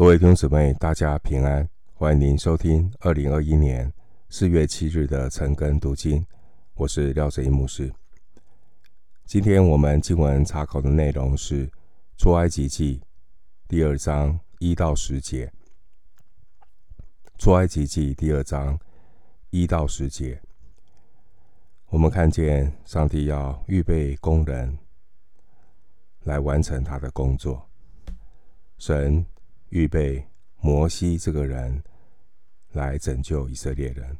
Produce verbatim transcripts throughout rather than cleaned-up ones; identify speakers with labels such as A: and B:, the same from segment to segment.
A: 各位弟兄姊妹，大家平安，欢迎您收听二零二一年四月七日的晨更读经，我是廖哲一牧师。今天我们经文查考的内容是出埃及记第二章一到十节。出埃及记第二章一到十节，我们看见上帝要预备工人来完成他的工作。神预备摩西这个人来拯救以色列人。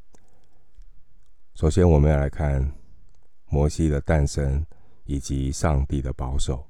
A: 首先我们要来看摩西的诞生以及上帝的保守。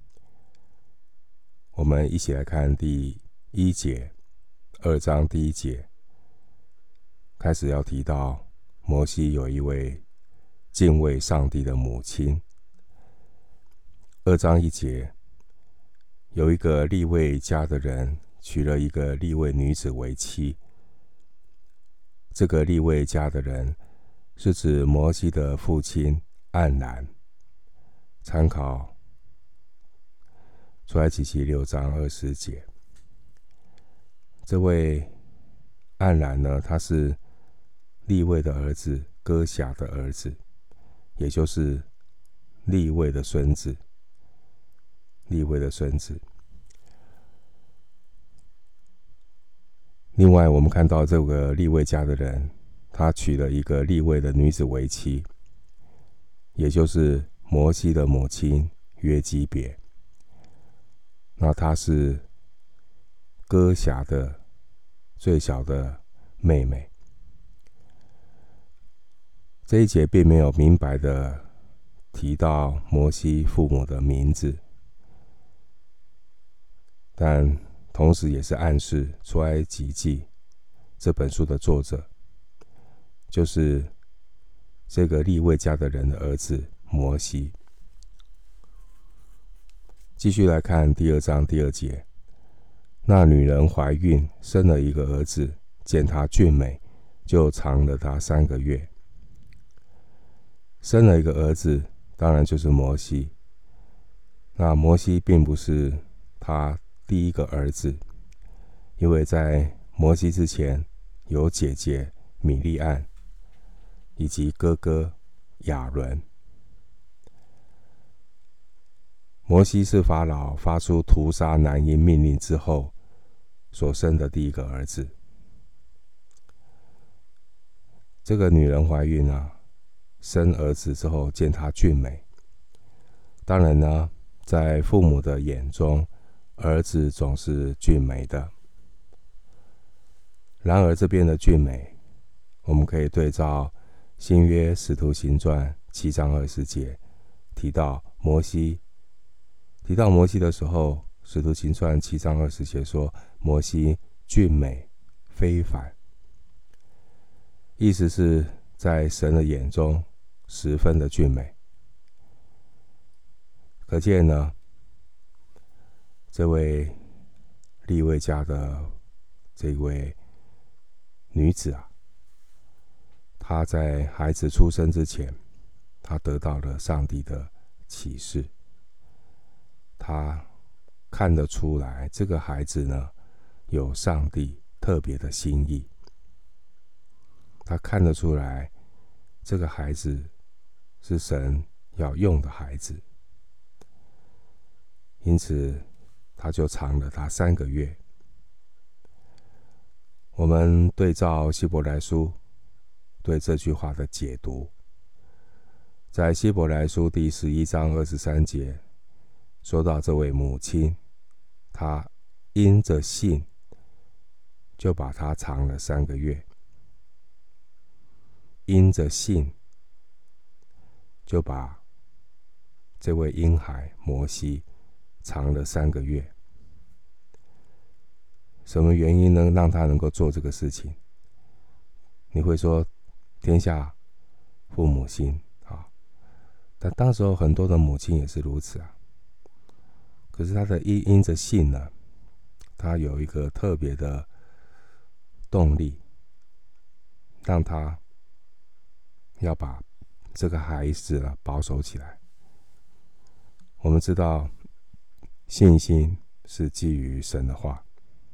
A: 我们一起来看第一节，二章第一节开始要提到摩西有一位敬畏上帝的母亲。二章一节，有一个利未家的人娶了一个利未女子为妻。这个利未家的人是指摩西的父亲暗兰。参考出埃及记六章二十节。这位暗兰呢，他是利未的儿子哥辖的儿子，也就是利未的孙子。利未的孙子。另外我们看到这个利未家的人，他娶了一个利未的女子为妻，也就是摩西的母亲约基别。那她是哥辖的最小的妹妹。这一节并没有明白的提到摩西父母的名字，但同时也是暗示出埃及记这本书的作者就是这个利未家的人的儿子摩西。继续来看第二章第二节，那女人怀孕生了一个儿子，见他俊美，就藏了他三个月。生了一个儿子，当然就是摩西。那摩西并不是他第一个儿子，因为在摩西之前有姐姐米利暗以及哥哥亚伦。摩西是法老发出屠杀男婴命令之后所生的第一个儿子。这个女人怀孕啊，生儿子之后见他俊美，当然呢，在父母的眼中，儿子总是俊美的。然而这边的俊美，我们可以对照新约使徒行传七章二十节，提到摩西提到摩西的时候，使徒行传七章二十节说摩西俊美非凡，意思是在神的眼中十分的俊美。可见呢，这位利未家的这位女子啊，她在孩子出生之前，她得到了上帝的启示。她看得出来，这个孩子呢，有上帝特别的心意。她看得出来，这个孩子是神要用的孩子。因此他就藏了他三个月。我们对照希伯来书对这句话的解读，在希伯来书第十一章二十三节说到这位母亲，她因着信就把他藏了三个月，因着信就把这位婴孩摩西藏了三个月。什么原因能让他能够做这个事情？你会说天下父母心啊，但当时候很多的母亲也是如此啊。可是他的因因着信呢，他有一个特别的动力，让他要把这个孩子啊保守起来。我们知道信心是基于神的话，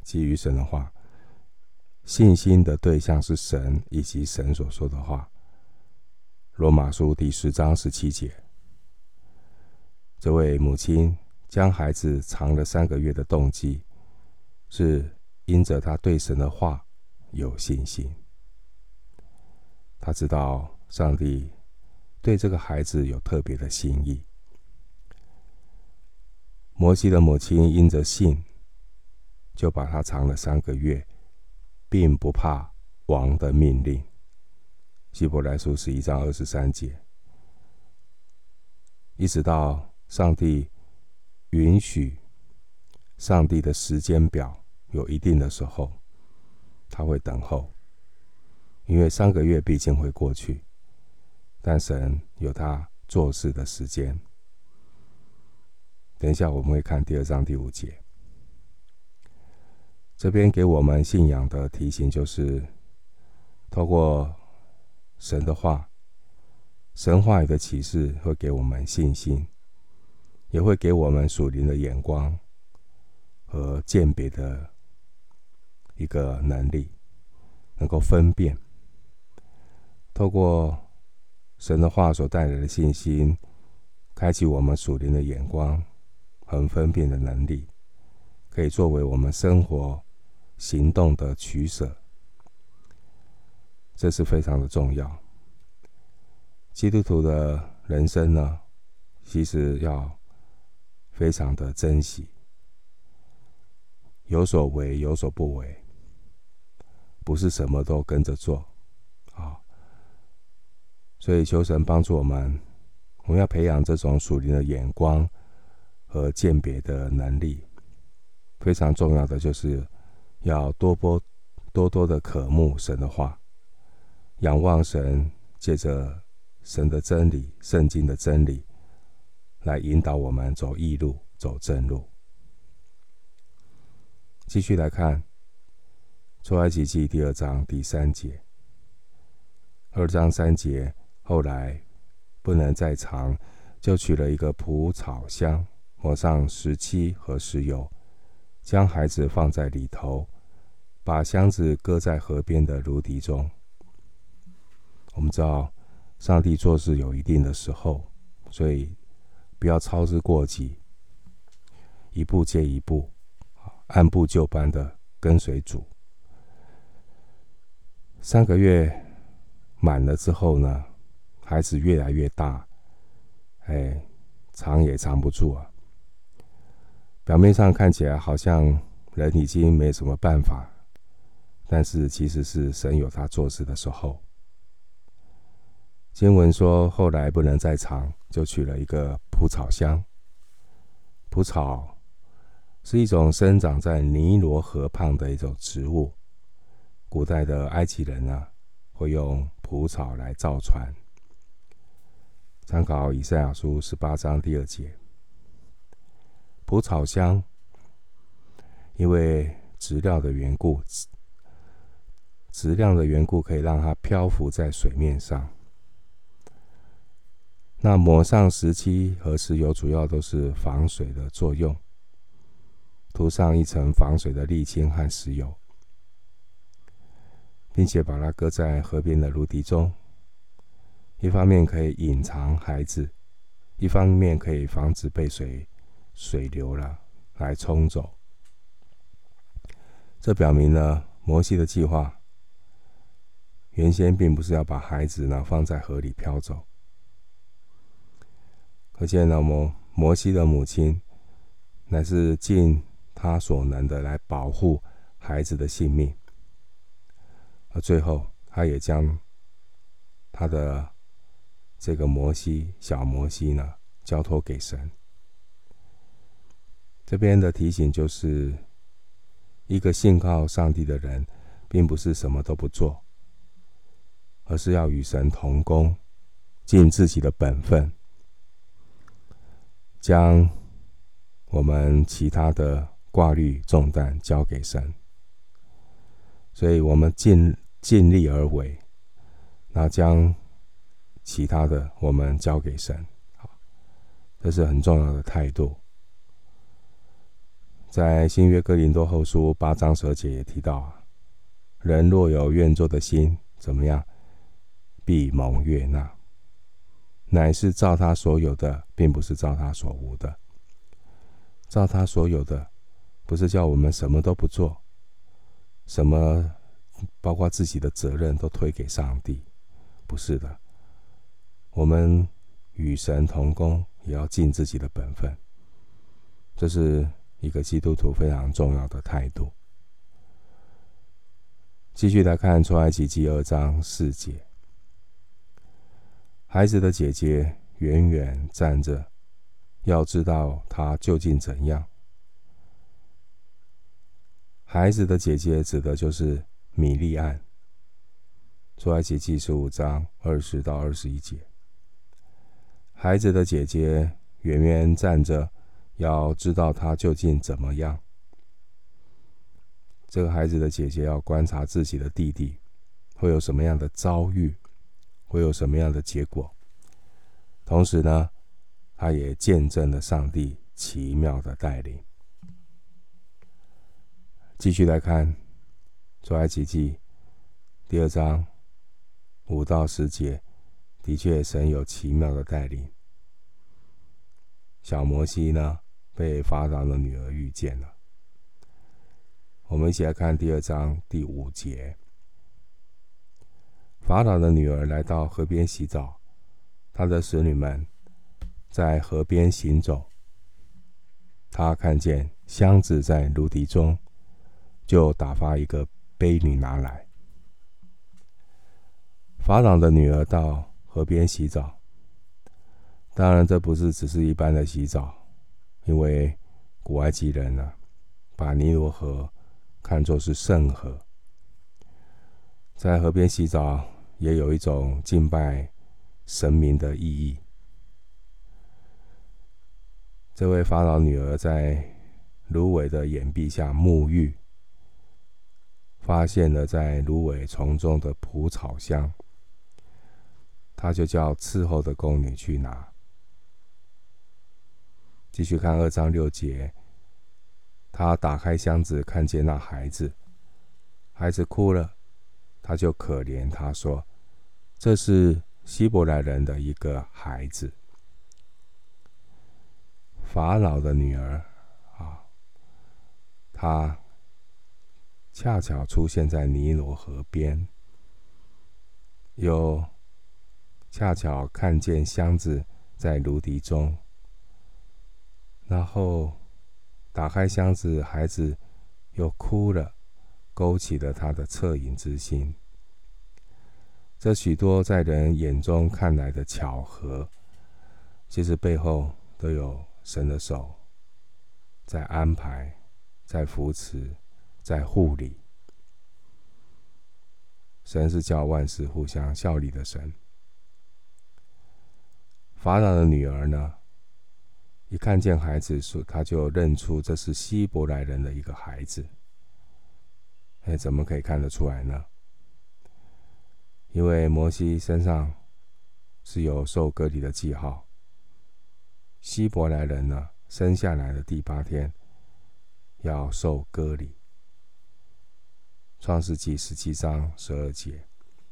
A: 基于神的话，信心的对象是神以及神所说的话。罗马书第十章十七节，这位母亲将孩子藏了三个月的动机，是因着她对神的话有信心。她知道上帝对这个孩子有特别的心意。摩西的母亲因着信，就把他藏了三个月，并不怕王的命令。希伯来书十一章二十三节，一直到上帝允许，上帝的时间表有一定的时候，他会等候，因为三个月毕竟会过去，但神有他做事的时间。等一下我们会看第二章第五节，这边给我们信仰的提醒，就是透过神的话，神话语的启示会给我们信心，也会给我们属灵的眼光和鉴别的一个能力，能够分辨。透过神的话所带来的信心，开启我们属灵的眼光和分辨的能力，可以作为我们生活行动的取舍。这是非常的重要。基督徒的人生呢，其实要非常的珍惜，有所为有所不为，不是什么都跟着做啊。所以求神帮助我们，我们要培养这种属灵的眼光和鉴别的能力。非常重要的就是要多多多多的渴慕神的话，仰望神，借着神的真理，圣经的真理来引导我们走义路，走正路。继续来看出埃及记第二章第三节，二章三节，后来不能再藏，就取了一个蒲草箱，抹上石漆和石油，将孩子放在里头，把箱子搁在河边的芦荻中。我们知道上帝做事有一定的时候，所以不要操之过急，一步接一步，按部就班的跟随主。三个月满了之后呢，孩子越来越大，哎，藏也藏不住啊。表面上看起来好像人已经没什么办法，但是其实是神有他做事的时候。经文说，后来不能再藏，就取了一个蒲草箱。蒲草是一种生长在尼罗河畔的一种植物，古代的埃及人啊，会用蒲草来造船。参考以赛亚书十八章第二节。蒲草箱因为质料的缘故，质量的缘故，可以让它漂浮在水面上。那抹上石漆和石油，主要都是防水的作用，涂上一层防水的沥青和石油，并且把它搁在河边的芦荻中，一方面可以隐藏孩子，一方面可以防止被水水流了来冲走。这表明了摩西的计划原先并不是要把孩子呢放在河里漂走。可见呢，摩西的母亲乃是尽他所能的来保护孩子的性命，而最后他也将他的这个摩西小摩西呢交托给神。这边的提醒就是，一个信靠上帝的人并不是什么都不做，而是要与神同工，尽自己的本分，将我们其他的挂虑重担交给神。所以我们尽尽力而为，那将其他的我们交给神，这是很重要的态度。 在新约哥林多后书八章十二节也提到啊，人若有愿做的心，怎么样，必蒙悦纳，乃是照他所有的，并不是照他所无的。照他所有的，不是叫我们什么都不做，什么包括自己的责任都推给上帝，不是的。我们与神同工，也要尽自己的本分，这是一个基督徒非常重要的态度。继续来看出埃及记二章四节，孩子的姐姐远远站着，要知道他究竟怎样。孩子的姐姐指的就是米利暗，出埃及记十五章二十到二十一节。孩子的姐姐远远站着，要知道他究竟怎么样。这个孩子的姐姐要观察自己的弟弟会有什么样的遭遇，会有什么样的结果。同时呢，他也见证了上帝奇妙的带领。继续来看出埃及记第二章五到十节，的确神有奇妙的带领。小摩西呢，被法老的女儿遇见了。我们一起来看第二章第五节。法老的女儿来到河边洗澡，她的使女们在河边行走，她看见箱子在芦荻中，就打发一个婢女拿来。法老的女儿到河边洗澡，当然这不是只是一般的洗澡，因为古埃及人呢、啊，把尼罗河看作是圣河，在河边洗澡也有一种敬拜神明的意义。这位法老女儿在芦苇的掩蔽下沐浴，发现了在芦苇丛中的蒲草香，她就叫伺候的宫女去拿。继续看二章六节，她打开箱子，看见那孩子，孩子哭了，她就可怜他说，这是希伯来人的一个孩子。法老的女儿啊，她恰巧出现在尼罗河边，又恰巧看见箱子在芦荻中，然后打开箱子，孩子又哭了，勾起了他的恻隐之心。这许多在人眼中看来的巧合，其实背后都有神的手在安排，在扶持，在护理。神是叫万事互相效力的神。法老的女儿呢，一看见孩子，他就认出这是希伯来人的一个孩子。哎，怎么可以看得出来呢？因为摩西身上是有受割礼的记号。希伯来人呢，生下来的第八天要受割礼。创世纪十七章十二节。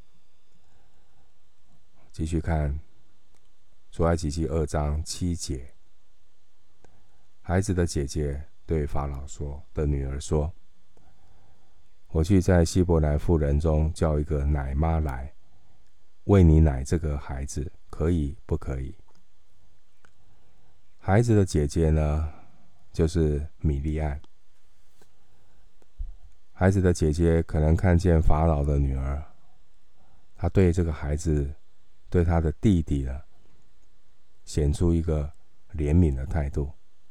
A: 继续看出埃及记二章七节。孩子的姐姐对法老说的女儿说，我去在希伯来妇人中叫一个奶妈来，喂你奶这个孩子，可以不可以？孩子的姐姐呢，就是米利暗。孩子的姐姐可能看见法老的女儿，她对这个孩子，对她的弟弟呢，显出一个怜悯的态度，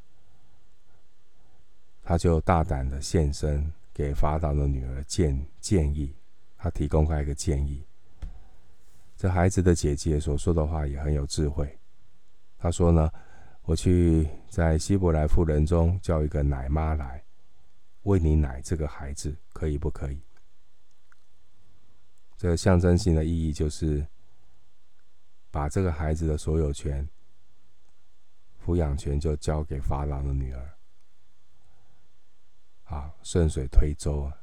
A: 她就大胆的现身，给法老的女儿建建议，她提供她一个建议。这孩子的姐姐所说的话也很有智慧。她说呢，我去在希伯来妇人中叫一个奶妈来，喂你奶这个孩子，可以不可以？这个象征性的意义就是把这个孩子的所有权、抚养权就交给法老的女儿。 顺水推舟啊。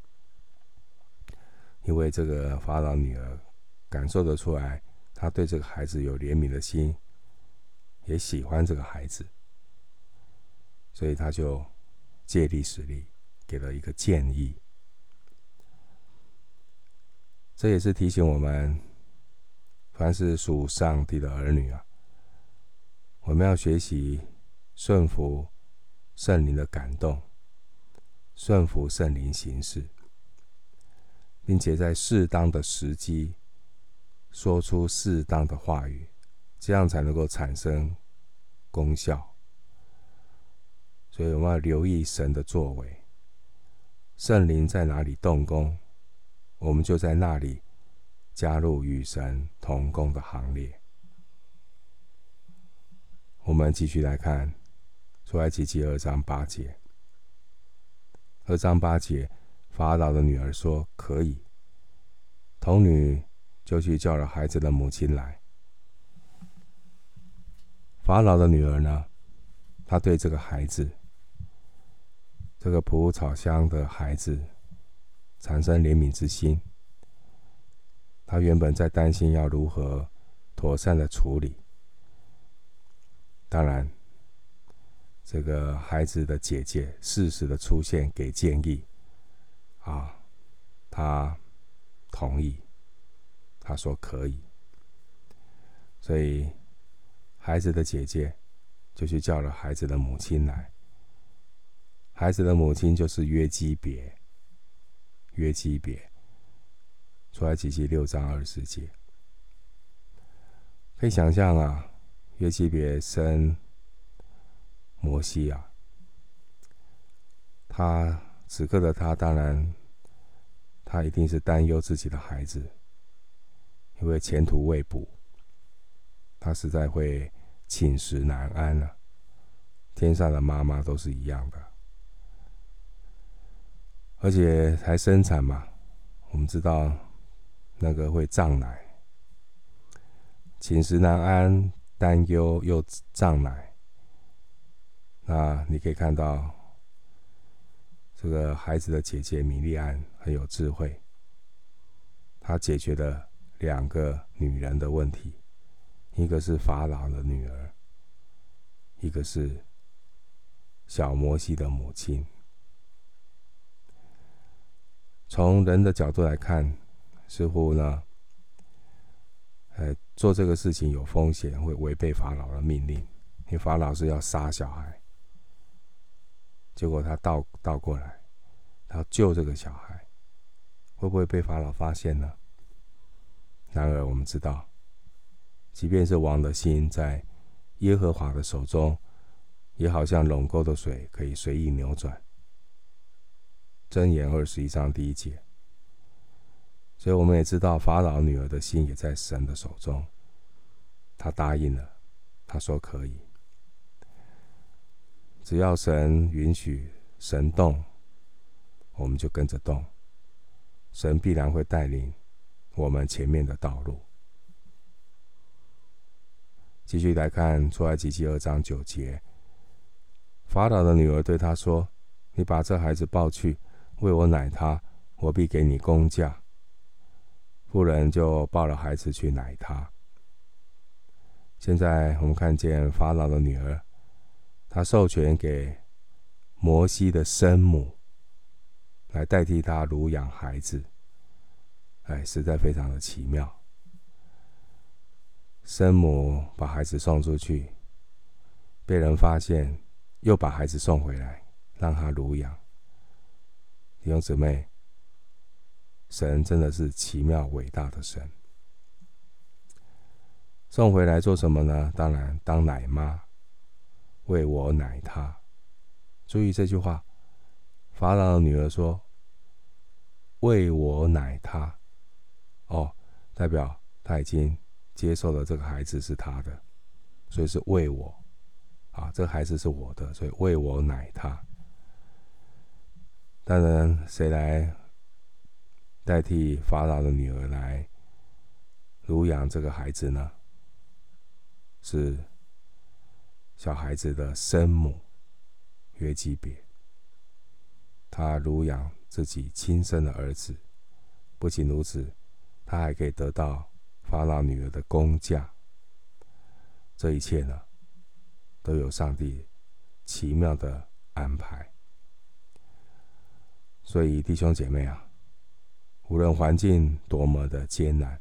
A: 因为这个法老女儿感受得出来，她对这个孩子有怜悯的心，也喜欢这个孩子，所以她就借力使力，给了一个建议。这也是提醒我们，凡是属上帝的儿女啊，我们要学习顺服圣灵的感动，顺服圣灵行事，并且在适当的时机说出适当的话语，这样才能够产生功效。所以我们要留意神的作为，圣灵在哪里动工，我们就在那里加入与神同工的行列。我们继续来看出埃及记二章八节。二章八节，法老的女儿说：“可以。”童女就去叫了孩子的母亲来。法老的女儿呢，她对这个孩子，这个蒲草乡的孩子产生怜悯之心。她原本在担心要如何妥善的处理。当然，这个孩子的姐姐适时的出现给建议啊，她同意，她说可以。所以孩子的姐姐就去叫了孩子的母亲来。孩子的母亲就是约基别，约基别，出埃及记六章二十节。可以想象啊，约基别生摩西啊，他此刻的他，当然他一定是担忧自己的孩子，因为前途未卜，他实在会寝食难安啊。天上的妈妈都是一样的，而且才生产嘛，我们知道那个会胀奶，寝食难安，担忧又胀奶。那你可以看到，这个孩子的姐姐米利安很有智慧，她解决了两个女人的问题，一个是法老的女儿，一个是小摩西的母亲。从人的角度来看，似乎呢，呃，做这个事情有风险，会违背法老的命令，因为法老是要杀小孩。结果他倒倒过来，他要救这个小孩，会不会被法老发现呢？然而我们知道，即便是王的心在耶和华的手中，也好像垄沟的水，可以随意扭转。箴言二十一章第一节。所以我们也知道，法老女儿的心也在神的手中，她答应了，她说可以。只要神允许，神动，我们就跟着动，神必然会带领我们前面的道路。继续来看出埃及记二章九节，法老的女儿对他说：“你把这孩子抱去，为我奶他，我必给你工价。”妇人就抱了孩子去奶他。现在我们看见法老的女儿，她授权给摩西的生母来代替他乳养孩子，哎，实在非常的奇妙。生母把孩子送出去，被人发现，又把孩子送回来，让他乳养。弟兄姊妹，神真的是奇妙伟大的神。送回来做什么呢？当然当奶妈，为我奶他。注意这句话，法老的女儿说：“为我奶他。”哦，代表他已经接受了这个孩子是他的，所以是为我啊，这个孩子是我的，所以为我奶他。当然，谁来代替法老的女儿来乳养这个孩子呢？是小孩子的生母约基别。 他乳养自己亲生的儿子，不仅如此，他还可以得到法老女儿的工价。这一切呢，都有上帝奇妙的安排。所以弟兄姐妹啊，无论环境多么的艰难，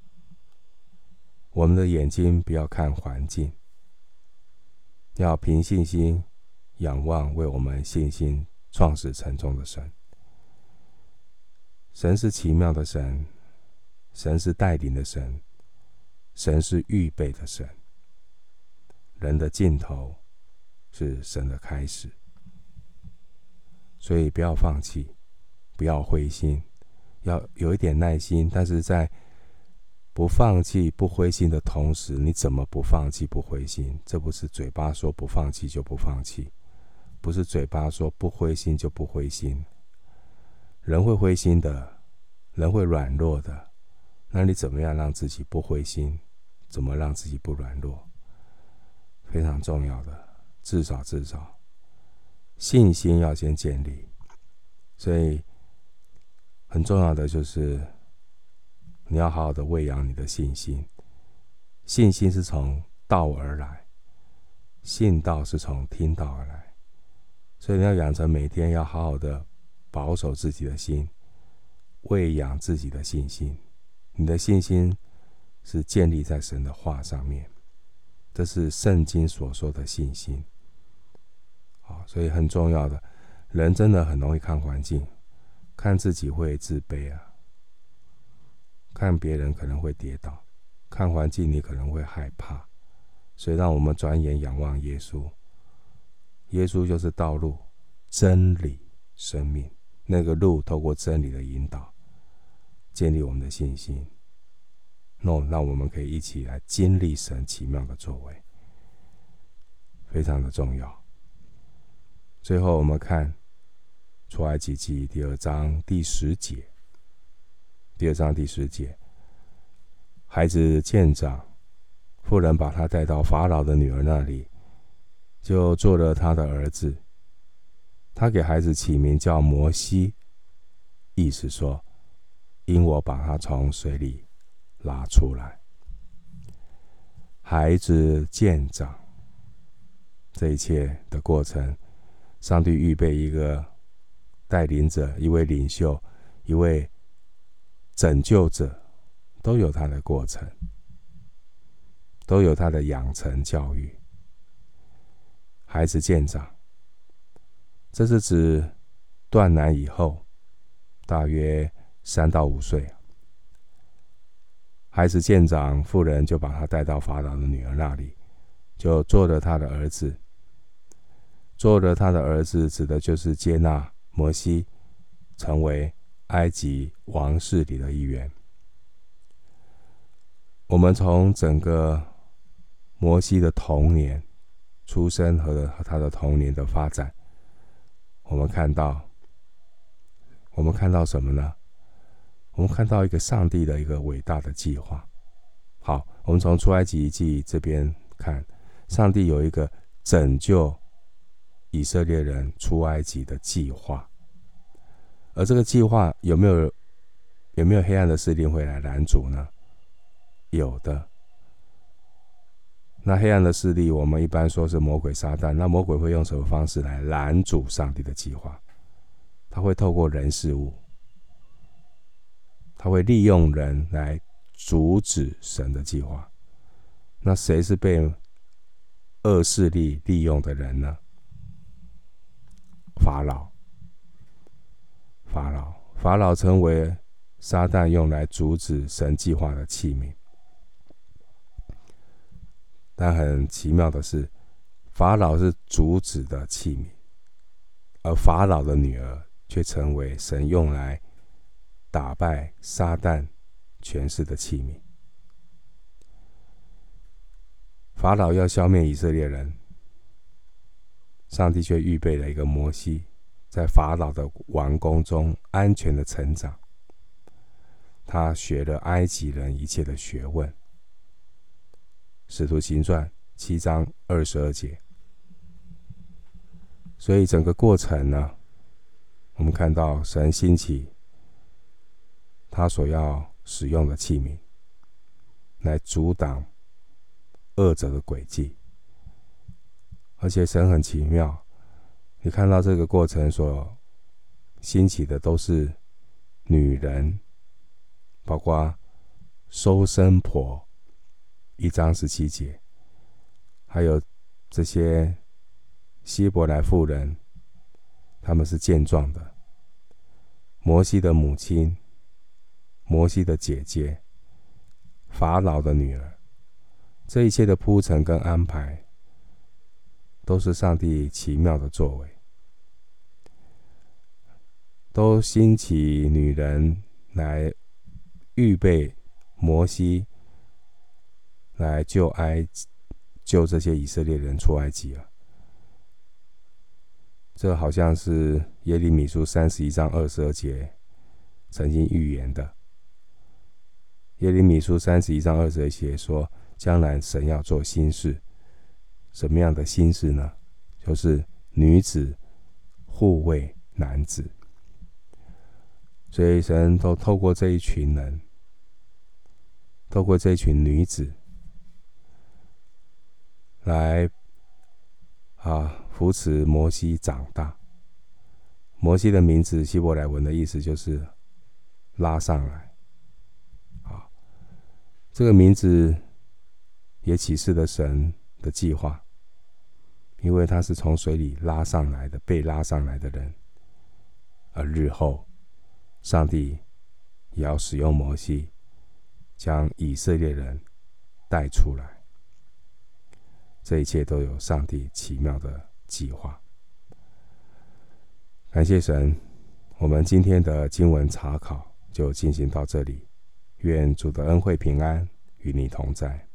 A: 我们的眼睛不要看环境，要凭信心仰望为我们信心创始成终的神。神是奇妙的神，神是带领的神，神是预备的神。人的尽头是神的开始，所以不要放弃，不要灰心，要有一点耐心。但是在不放弃不灰心的同时，你怎么不放弃不灰心？这不是嘴巴说不放弃就不放弃，不是嘴巴说不灰心就不灰心。人会灰心的，人会软弱的，那你怎么样让自己不灰心？怎么让自己不软弱？非常重要的，至少至少信心要先建立。所以很重要的就是你要好好的喂养你的信心。信心是从道而来，信道是从听道而来。所以你要养成每天要好好的保守自己的心，喂养自己的信心。你的信心是建立在神的话上面，这是圣经所说的信心。好，所以很重要的，人真的很容易看环境，看自己会自卑啊，看别人可能会跌倒，看环境你可能会害怕。所以让我们转眼仰望耶稣，耶稣就是道路、真理、生命。那个路透过真理的引导，建立我们的信心。那让我们可以一起来经历神奇妙的作为，非常的重要。最后我们看出埃及记第二章第十节，第二章第十节，孩子渐长，妇人把他带到法老的女儿那里，就做了他的儿子。他给孩子起名叫摩西，意思说，因我把他从水里拉出来。孩子渐长，这一切的过程，上帝预备一个带领者，一位领袖，一位拯救者，都有他的过程，都有他的养成教育。孩子渐长，这是指断奶以后，大约三到五岁。孩子渐长，妇人就把他带到法老的女儿那里，就做了他的儿子。做了他的儿子，指的就是接纳摩西，成为埃及王室里的一员。我们从整个摩西的童年出生和他的童年的发展，我们看到，我们看到什么呢？我们看到一个上帝的一个伟大的计划。好，我们从出埃及记这边看，上帝有一个拯救以色列人出埃及的计划。而这个计划有没有有没有黑暗的势力会来拦阻呢？有的。那黑暗的势力，我们一般说是魔鬼撒旦。那魔鬼会用什么方式来拦阻上帝的计划？他会透过人事物，他会利用人来阻止神的计划。那谁是被恶势力利用的人呢？法老。法老，法老成为撒旦用来阻止神计划的器皿。但很奇妙的是，法老是阻止的器皿，而法老的女儿却成为神用来打败撒旦权势的器皿。法老要消灭以色列人，上帝却预备了一个摩西，在法老的王宫中安全的成长。他学了埃及人一切的学问。使徒行传七章二十二节。所以整个过程呢， 我们看到神兴起他所要使用的器皿，来阻挡恶者的诡计。而且神很奇妙，你看到这个过程所兴起的都是女人，包括收生婆一章十七节，还有这些希伯来妇人，他们是健壮的。摩西的母亲，摩西的姐姐，法老的女儿，这一切的铺陈跟安排，都是上帝奇妙的作为，都兴起女人来预备摩西来救埃及，救这些以色列人出埃及了。这好像是耶利米书三十一章二十二节曾经预言的。耶利米书三十一章二十二节说，将来神要做新事。什么样的新事呢？就是女子护卫男子。所以神都透过这一群人，透过这一群女子来啊扶持摩西长大。摩西的名字希伯来文的意思就是拉上来。啊，这个名字也启示了神的计划，因为他是从水里拉上来的，被拉上来的人。而日后上帝也要使用摩西，将以色列人带出来。这一切都有上帝奇妙的计划。感谢神，我们今天的经文查考就进行到这里。愿主的恩惠平安与你同在。